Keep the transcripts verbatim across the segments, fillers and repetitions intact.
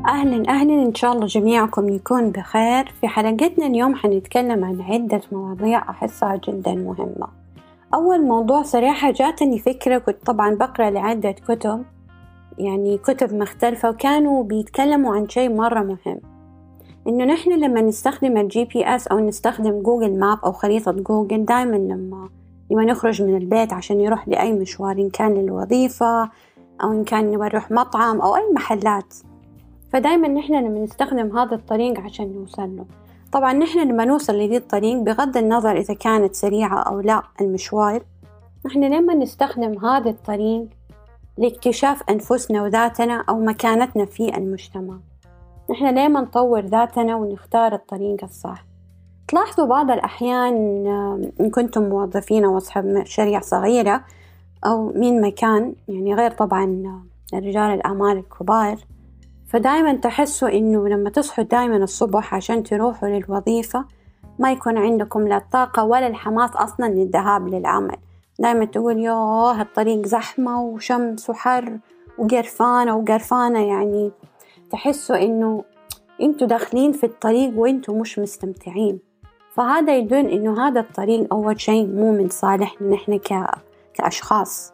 أهلا أهلا، إن شاء الله جميعكم يكون بخير. في حلقتنا اليوم حنتكلم عن عدة مواضيع أحسها جدا مهمة. أول موضوع صراحة جاتني فكرة، كنت طبعا بقرأ لعدة كتب، يعني كتب مختلفة، وكانوا بيتكلموا عن شيء مرة مهم، إنه نحن لما نستخدم الجي بي اس أو نستخدم جوجل ماب أو خريطة جوجل، دائما لما لما نخرج من البيت عشان يروح لأي مشوار، إن كان للوظيفة أو إن كان نروح مطعم أو أي محلات، فدايما نحن لما نستخدم هذا الطريق عشان نوصل له. طبعا نحن لما نوصل لذي الطريق بغض النظر إذا كانت سريعة أو لا المشوار، نحن لما نستخدم هذا الطريق لاكتشاف أنفسنا وذاتنا أو مكانتنا في المجتمع. نحن لما نطور ذاتنا ونختار الطريق الصح. تلاحظوا بعض الأحيان إن كنتم موظفين أو أصحاب شركة صغيرة أو من مكان، يعني غير طبعا رجال الأعمال الكبار، فدايما تحسوا إنه لما تصحوا دايما الصبح عشان تروحوا للوظيفة ما يكون عندكم لا الطاقة ولا الحماس أصلا للذهاب للعمل. دايما تقول يوه الطريق زحمة وشمس وحر وقرفانة وقرفانة، يعني تحسوا إنه إنتوا داخلين في الطريق وإنتوا مش مستمتعين. فهذا يدل إنه هذا الطريق أول شيء مو من صالحنا نحن ك... كأشخاص.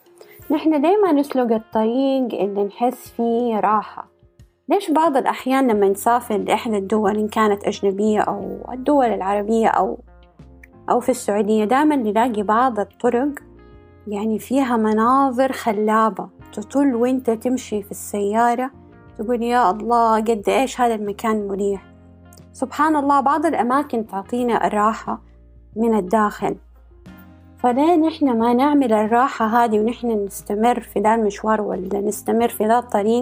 نحن دايما نسلك الطريق اللي نحس فيه راحة. ليش بعض الأحيان لما نسافر لإحدى الدول إن كانت أجنبية أو الدول العربية أو أو في السعودية، دائما نلاقي بعض الطرق يعني فيها مناظر خلابة تطل وإنت تمشي في السيارة، تقول يا الله قد إيش هذا المكان مريح. سبحان الله، بعض الأماكن تعطينا الراحة من الداخل. فليه نحن ما نعمل الراحة هذه ونحن نستمر في ذا المشوار ولا نستمر في ذا الطريق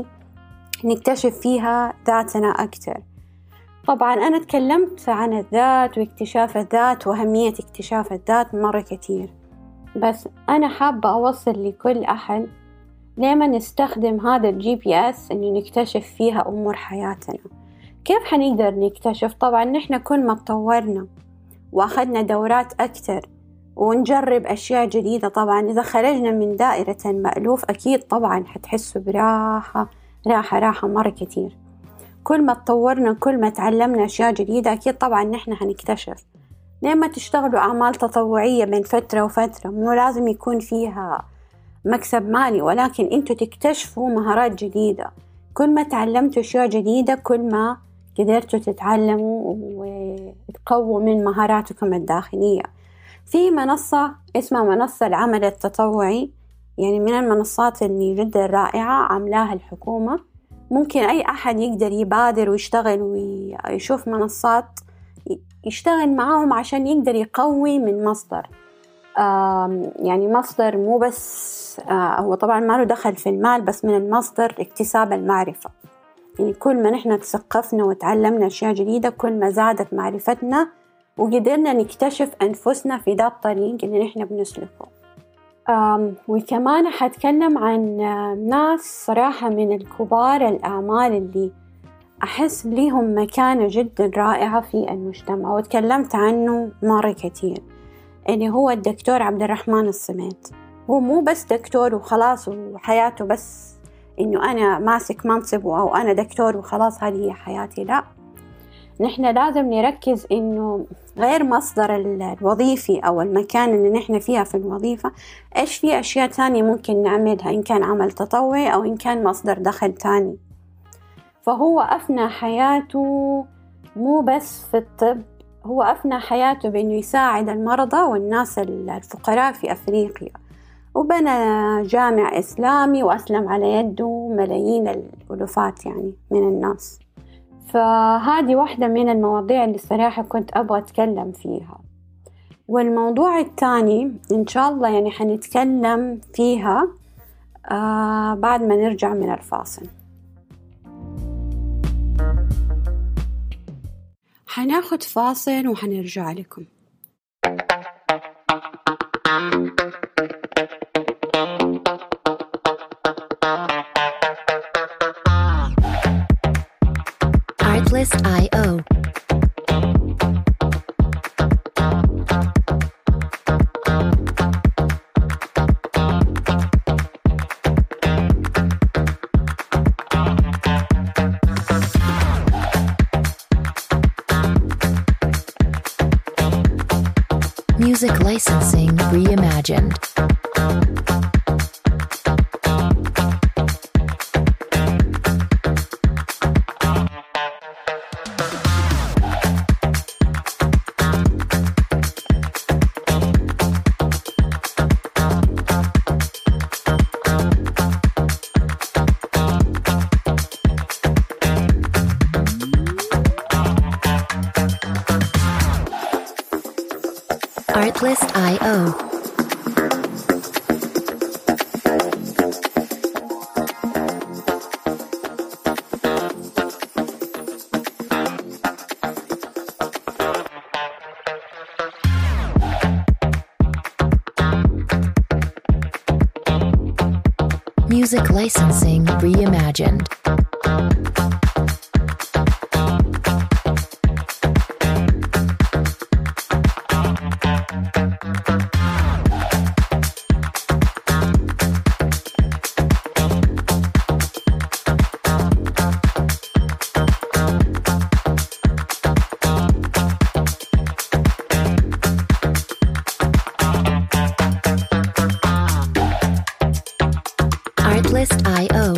نكتشف فيها ذاتنا أكتر. طبعا أنا تكلمت عن الذات واكتشاف الذات وأهمية اكتشاف الذات مرة كتير، بس أنا حابة أوصل لكل أحد لما نستخدم هذا الجي بي اس إنه نكتشف فيها أمور حياتنا. كيف حنقدر نكتشف؟ طبعا نحن كل ما تطورنا وأخذنا دورات أكتر ونجرب أشياء جديدة، طبعا إذا خرجنا من دائرة المألوف أكيد طبعا حتحسوا براحة راحة راحة مرة كتير. كل ما تطورنا كل ما تعلمنا أشياء جديدة أكيد طبعا نحن هنكتشف. لما تشتغلوا أعمال تطوعية بين فترة وفترة، مو لازم يكون فيها مكسب مالي، ولكن أنتوا تكتشفوا مهارات جديدة. كل ما تعلمتوا أشياء جديدة كل ما قدرتوا تتعلموا وتقووا من مهاراتكم الداخلية. في منصة اسمها منصة العمل التطوعي، يعني من المنصات اللي جدا رائعة عملاها الحكومة. ممكن أي أحد يقدر يبادر ويشتغل ويشوف منصات يشتغل معاهم عشان يقدر يقوي من مصدر، يعني مصدر مو بس هو طبعا ما له دخل في المال، بس من المصدر اكتساب المعرفة. يعني كل ما نحن تثقفنا وتعلمنا أشياء جديدة كل ما زادت معرفتنا وقدرنا نكتشف أنفسنا في ذا الطريق اللي نحن بنسلكه. وكمان حتكلم عن ناس صراحة من الكبار الأعمال اللي أحس ليهم مكانة جدا رائعة في المجتمع، وتكلمت عنه مرة كتير، اللي هو الدكتور عبد الرحمن الصميت. هو مو بس دكتور وخلاص وحياته بس إنه أنا ماسك منصب أو أنا دكتور وخلاص هذه هي حياتي، لا، نحن لازم نركز إنه غير مصدر الوظيفي أو المكان اللي نحن فيها في الوظيفة، إيش في أشياء تانية ممكن نعملها، إن كان عمل تطوعي أو إن كان مصدر دخل تاني. فهو أفنى حياته مو بس في الطب، هو أفنى حياته بأنه يساعد المرضى والناس الفقراء في أفريقيا، وبنى جامع إسلامي وأسلم على يده ملايين الألوفات يعني من الناس. فهذه واحدة من المواضيع اللي صراحة كنت أبغى أتكلم فيها. والموضوع الثاني إن شاء الله يعني حنتكلم فيها آه بعد ما نرجع من الفاصل. حناخد فاصل وحنرجع لكم. Artlist دوت آي أو Music licensing reimagined. Artlist dot I O. Music licensing reimagined. Artlist dot I O.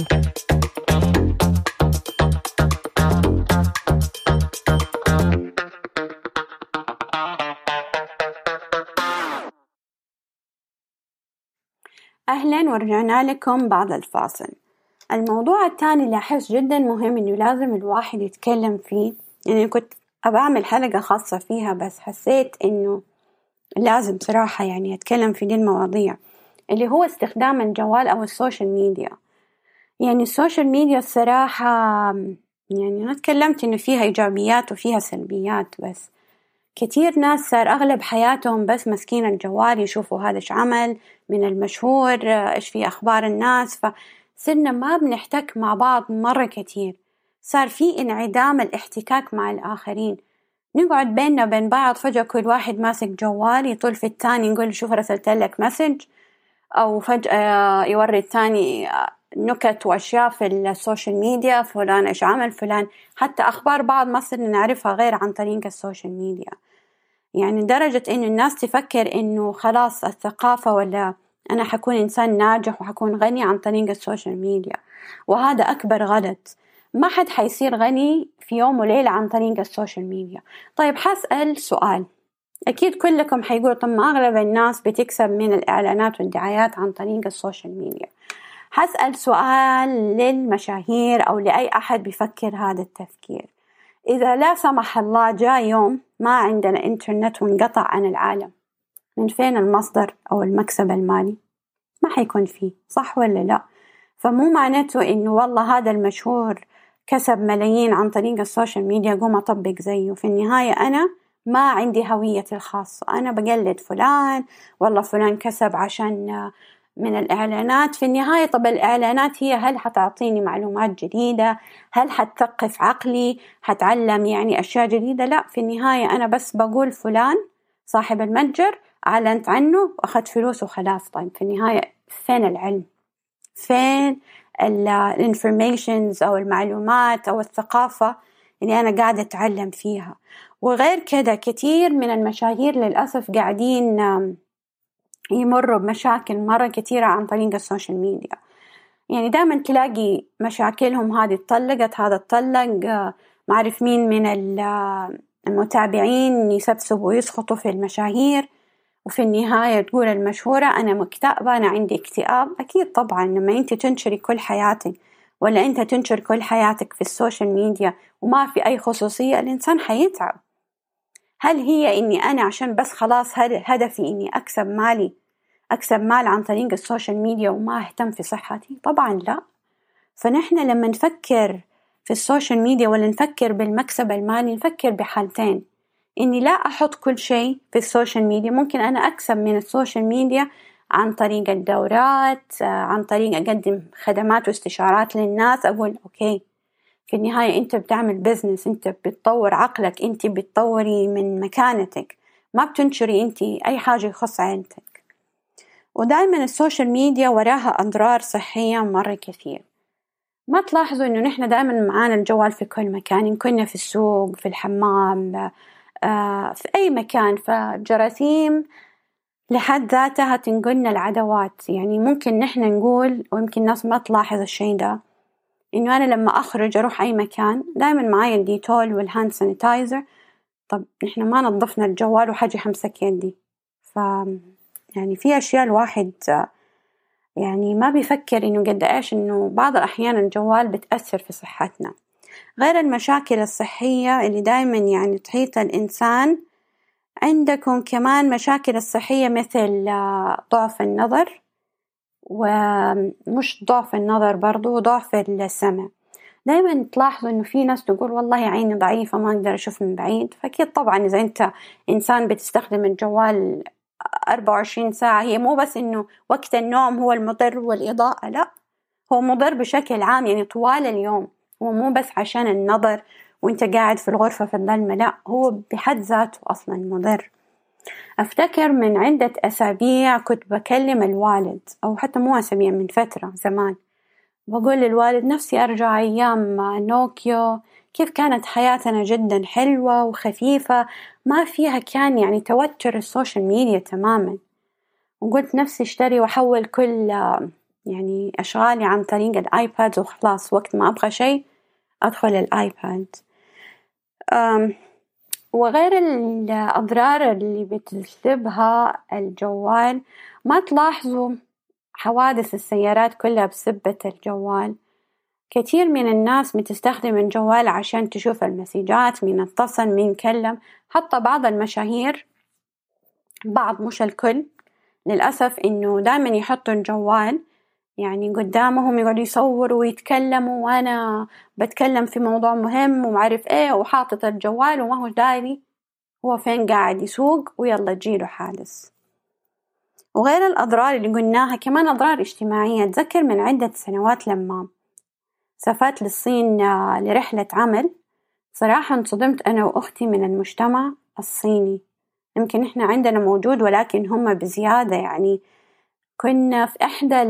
أهلا ورجعنا لكم بعد الفاصل. الموضوع الثاني اللي أحس جدا مهم إنه لازم الواحد يتكلم فيه، يعني كنت أبعمل حلقة خاصة فيها بس حسيت إنه لازم صراحة يعني أتكلم في دي المواضيع، اللي هو استخدام الجوال أو السوشيال ميديا. يعني السوشيال ميديا الصراحة يعني أنا تكلمت إنه فيها إيجابيات وفيها سلبيات، بس كتير ناس صار أغلب حياتهم بس مسكين الجوال، يشوفوا هذا إيش عمل من المشهور، إيش في أخبار الناس، فصرنا ما بنحتك مع بعض مرة كتير. صار في انعدام الاحتكاك مع الآخرين، نقعد بيننا وبين بعض، فجأة كل واحد ماسك جوال يطول في التاني يقول شوف رسلت لك مسج، أو فجأة يوري التاني نكت وأشياء في السوشيال ميديا، فلان إيش عمل فلان، حتى أخبار بعض ما صرنا نعرفها غير عن طريق السوشيال ميديا. يعني درجة إنه الناس تفكر إنه خلاص الثقافة ولا أنا حكون إنسان ناجح وحكون غني عن طريق السوشيال ميديا، وهذا أكبر غلط. ما حد حيصير غني في يوم وليلة عن طريق السوشيال ميديا. طيب حسأل سؤال، أكيد كلكم حيقول طب ما أغلب الناس بتكسب من الإعلانات والدعايات عن طريق السوشيال ميديا. حسأل سؤال للمشاهير أو لأي أحد بيفكر هذا التفكير، إذا لا سمح الله جاء يوم ما عندنا إنترنت وانقطع عن العالم، من فين المصدر أو المكسب المالي؟ ما حيكون فيه، صح ولا لا؟ فمو معناته إنه والله هذا المشهور كسب ملايين عن طريق السوشيال ميديا قوم أطبق زيه. في النهاية أنا ما عندي هويتي الخاصة، أنا بقلد فلان، والله فلان كسب عشان من الإعلانات. في النهاية طب الإعلانات هي هل حتعطيني معلومات جديدة؟ هل حتثقف عقلي؟ حتعلم يعني أشياء جديدة؟ لا، في النهاية أنا بس بقول فلان صاحب المتجر أعلنت عنه وأخذت فلوس وخلاص. طيب في النهاية فين العلم؟ فين الانفورميشنز أو المعلومات أو الثقافة اللي أنا قاعدة أتعلم فيها؟ وغير كده كتير من المشاهير للأسف قاعدين يمروا بمشاكل مرة كتيرة عن طريق السوشيال ميديا. يعني دائما تلاقي مشاكلهم هذه اتطلقت، هذا اتطلق، معرف مين من المتابعين يسبسبوا ويسخطوا في المشاهير، وفي النهاية تقول المشهورة أنا مكتئبة، أنا عندي اكتئاب. أكيد طبعا لما أنت تنشري كل حياتك ولا أنت تنشر كل حياتك في السوشيال ميديا وما في أي خصوصية، الإنسان حيتعب. هل هي إني أنا عشان بس خلاص هدفي إني أكسب مالي أكسب مال عن طريق السوشيال ميديا وما أهتم في صحتي؟ طبعا لا. فنحن لما نفكر في السوشيال ميديا ولا نفكر بالمكسب المالي، نفكر بحالتين، إني لا أحط كل شيء في السوشيال ميديا. ممكن أنا أكسب من السوشيال ميديا عن طريق الدورات، عن طريق أقدم خدمات واستشارات للناس، أقول أوكي في النهاية أنت بتعمل بيزنس، أنت بتطور عقلك، أنت بتطوري من مكانتك، ما بتنشري أنت أي حاجة يخص عيلتك. ودائما السوشيال ميديا وراها أضرار صحية مرة كثير. ما تلاحظوا إنه نحن دائما معانا الجوال في كل مكان، إن كنا في السوق، في الحمام، آه، في أي مكان، فجراثيم لحد ذاتها تنقلنا العدوات. يعني ممكن نحن نقول، ويمكن الناس ما تلاحظ الشيء ده، إنه أنا لما أخرج أروح أي مكان دائما معايا الديتول والهاند سانيتايزر. طب نحن ما نظفنا الجوال وحاجة حمسك يدي. ف يعني في أشياء الواحد يعني ما بيفكر إنه قد إيش إنه بعض الأحيان الجوال بتأثر في صحتنا، غير المشاكل الصحية اللي دائما يعني تحيط الإنسان. عندكم كمان مشاكل الصحية مثل ضعف النظر، ومش ضعف النظر برضو ضعف السمع. دايما تلاحظوا إنه في ناس تقول والله عيني ضعيفة ما أقدر أشوف من بعيد. فأكيد طبعا إذا أنت إنسان بتستخدم الجوال أربعة وعشرين ساعة، هي مو بس إنه وقت النوم هو المضر والإضاءة، لا، هو مضر بشكل عام يعني طوال اليوم. هو مو بس عشان النظر وإنت قاعد في الغرفة في الظلمة، لا، هو بحد ذاته أصلا مضر. أفتكر من عدة أسابيع كنت بكلم الوالد، أو حتى مو أسابيع، من فترة زمان، بقول للوالد نفسي أرجع أيام نوكيو، كيف كانت حياتنا جدا حلوة وخفيفة، ما فيها كان يعني توتر السوشيال ميديا تماما. وقلت نفسي اشتري وأحول كل يعني أشغالي عن طريق الآيباد، وخلاص وقت ما أبغى شيء أدخل الآيباد. وغير الأضرار اللي بتجلبها الجوال، ما تلاحظوا حوادث السيارات كلها بسبة الجوال؟ كثير من الناس بتستخدم الجوال عشان تشوف المسيجات، مين اتصل مين كلم. حتى بعض المشاهير، بعض مش الكل للأسف، إنه دائما يحطوا الجوال يعني قدامهم، يقعدوا يصوروا ويتكلموا، وأنا بتكلم في موضوع مهم ومعرف إيه، وحاطط الجوال وما هو داري هو فين قاعد يسوق، ويلا تجيله حادث. وغير الأضرار اللي قلناها، كمان أضرار اجتماعية. أتذكر من عدة سنوات لما سافرت للصين لرحلة عمل، صراحة انصدمت أنا وأختي من المجتمع الصيني. يمكن إحنا عندنا موجود ولكن هم بزيادة. يعني كنا في إحدى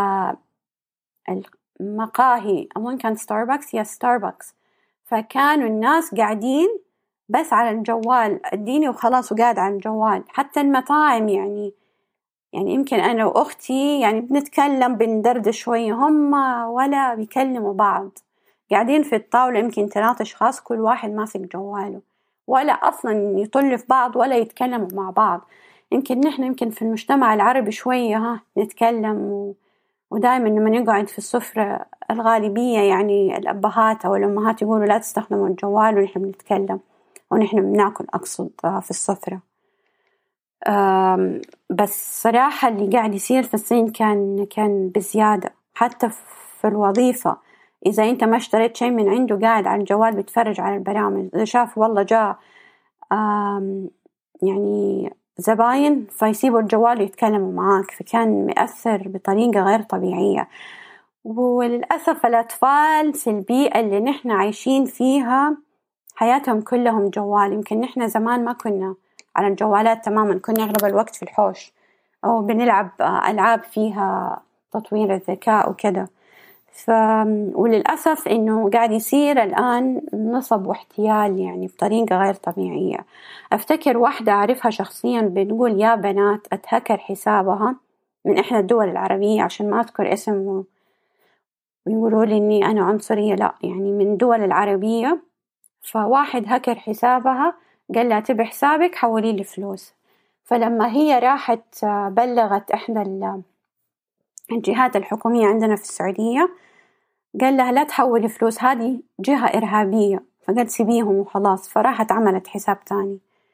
المقاهي، أظن كان ستاربكس، يا ستاربكس، فكانوا الناس قاعدين بس على الجوال، اديني وخلاص وقاعد على الجوال. حتى المطاعم يعني يعني يمكن أنا وأختي يعني بنتكلم بندردش شوية، هم ولا بيكلموا بعض، قاعدين في الطاولة يمكن ثلاثة أشخاص كل واحد ماسك جواله، ولا أصلا يطلوا في بعض ولا يتكلموا مع بعض. يمكن نحن يمكن في المجتمع العربي شوية ها نتكلم، و... ودائما لما نقعد في السفرة الغالبية يعني الأبهات أو الأمهات يقولوا لا تستخدموا الجوال ونحن بنتكلم ونحن بناكل، أقصد في السفرة. بس صراحة اللي قاعد يصير في الصين كان كان بزيادة. حتى في الوظيفة، إذا أنت ما اشتريت شيء من عنده قاعد على الجوال بيتفرج على البرامج. إذا شاف والله جاء يعني زباين فيسيبوا الجوال ويتكلموا معاك، فكان مؤثر بطريقة غير طبيعية. وللأسف الأطفال في البيئة اللي نحن عايشين فيها حياتهم كلهم جوال. يمكن نحن زمان ما كنا على الجوالات تماما، كنا أغلب الوقت في الحوش أو بنلعب ألعاب فيها تطوير الذكاء وكذا. ف... وللأسف إنه قاعد يصير الآن نصب واحتيال يعني بطريقة غير طبيعية. أفتكر واحدة أعرفها شخصيا بتقول يا بنات أتهكر حسابها من إحدى الدول العربية، عشان ما أذكر اسمه ويقولوا لي إني أنا عنصرية، لا، يعني من الدول العربية. فواحد هكر حسابها، قال لها تبي حسابك حولي لي فلوس. فلما هي راحت بلغت إحدى الجهات الحكومية عندنا في السعودية، قال لها لا تحولي فلوس، هذه جهة إرهابية، فقال سيبيهم وخلاص. فراحت عملت حساب تاني.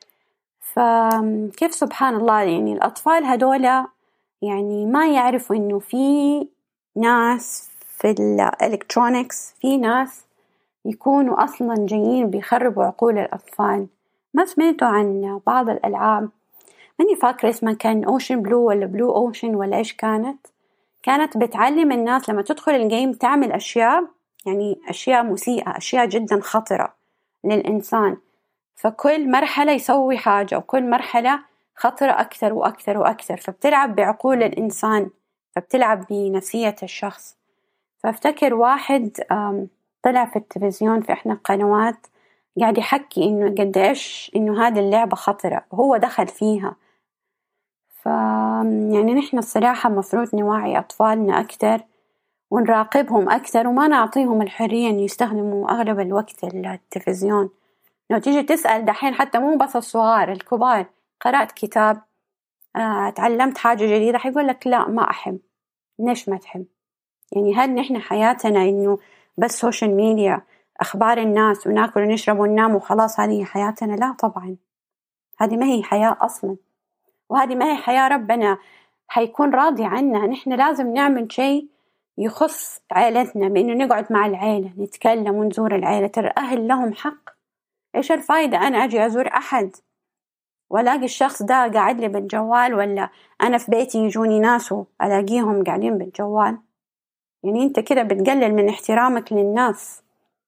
فكيف سبحان الله، يعني الأطفال هدول يعني ما يعرفوا إنه في ناس في الإلكترونيكس، في ناس يكونوا أصلا جايين بيخربوا عقول الأطفال. ما سمعتوا عن بعض الألعاب، ماني فاكرة اسمها، كان أوشن بلو ولا بلو أوشن ولا إيش كانت كانت بتعلم الناس لما تدخل الجيم تعمل أشياء يعني أشياء مسيئة، أشياء جدا خطرة للإنسان. فكل مرحلة يسوي حاجة، وكل مرحلة خطرة أكثر وأكثر وأكثر، فبتلعب بعقول الإنسان، فبتلعب بنفسية الشخص. فافتكر واحد طلع في التلفزيون في إحدى القنوات قاعد يحكي إنه قد إيش إنه هذه اللعبة خطرة، وهو دخل فيها. ف يعني نحن الصراحة مفروض نوعي أطفالنا أكتر ونراقبهم أكتر وما نعطيهم الحرية إن يستخدموا أغلب الوقت التلفزيون. لو تيجي تسأل دحين حتى مو بس الصغار، الكبار، قرأت كتاب، آه، تعلمت حاجة جديدة، حيقول لك لا ما أحب. ليش ما تحب؟ يعني هل نحن حياتنا إنه بس سوشيال ميديا، أخبار الناس، وناكل ونشرب وننام وخلاص هذه حياتنا؟ لا طبعا، هذه ما هي حياة أصلا، وهذه ما هي حياة ربنا حيكون راضي عنها. نحن لازم نعمل شيء يخص عائلتنا، بإنه نقعد مع العائلة نتكلم ونزور العائلة. ترى أهل لهم حق. إيش الفايدة أنا أجي أزور أحد وألاقي الشخص ده قاعد لي بالجوال، ولا أنا في بيتي يجوني ناس وألاقيهم قاعدين بالجوال؟ يعني أنت كده بتقلل من احترامك للناس.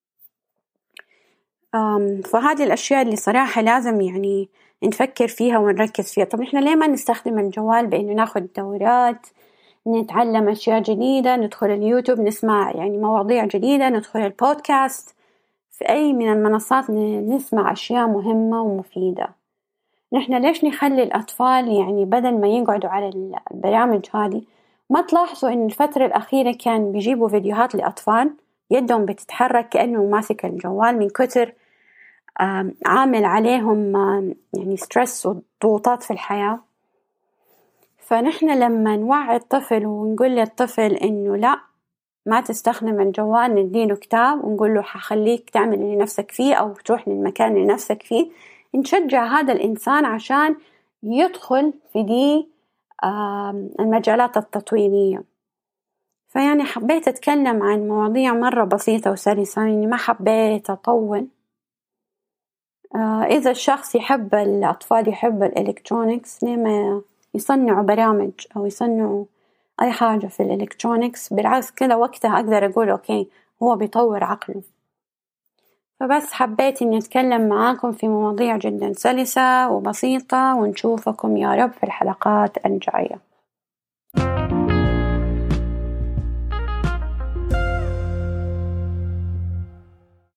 فهذه الأشياء اللي صراحة لازم يعني نفكر فيها ونركز فيها. طب نحن ليه ما نستخدم الجوال بأنه ناخد دورات، نتعلم أشياء جديدة، ندخل اليوتيوب نسمع يعني مواضيع جديدة، ندخل البودكاست في أي من المنصات نسمع أشياء مهمة ومفيدة. نحن ليش نخلي الأطفال يعني بدل ما يقعدوا على البرامج هذه؟ ما تلاحظوا إن الفترة الأخيرة كان بيجيبوا فيديوهات لأطفال يدهم بتتحرك كأنه ماسك الجوال من كتر عامل عليهم يعني ستريس وضغوطات في الحياة. فنحن لما نوعي الطفل ونقول للطفل إنه لا ما تستخدم الجوال، نديله كتاب ونقول له حخليك تعمل اللي نفسك فيه أو تروح للمكان اللي نفسك فيه، نشجع هذا الإنسان عشان يدخل في دي المجالات التطويرية. فيعني حبيت أتكلم عن مواضيع مرة بسيطة وسلسة، يعني ما حبيت أطول. إذا الشخص يحب الأطفال يحب الإلكترونيكس، لما يصنعوا برامج أو يصنعوا أي حاجة في الإلكترونيكس، بالعكس كده وقتها أقدر أقول أوكي هو بيطور عقله. فبس حبيت إني أتكلم معاكم في مواضيع جدا سلسة وبسيطة، ونشوفكم يا رب في الحلقات الجاية.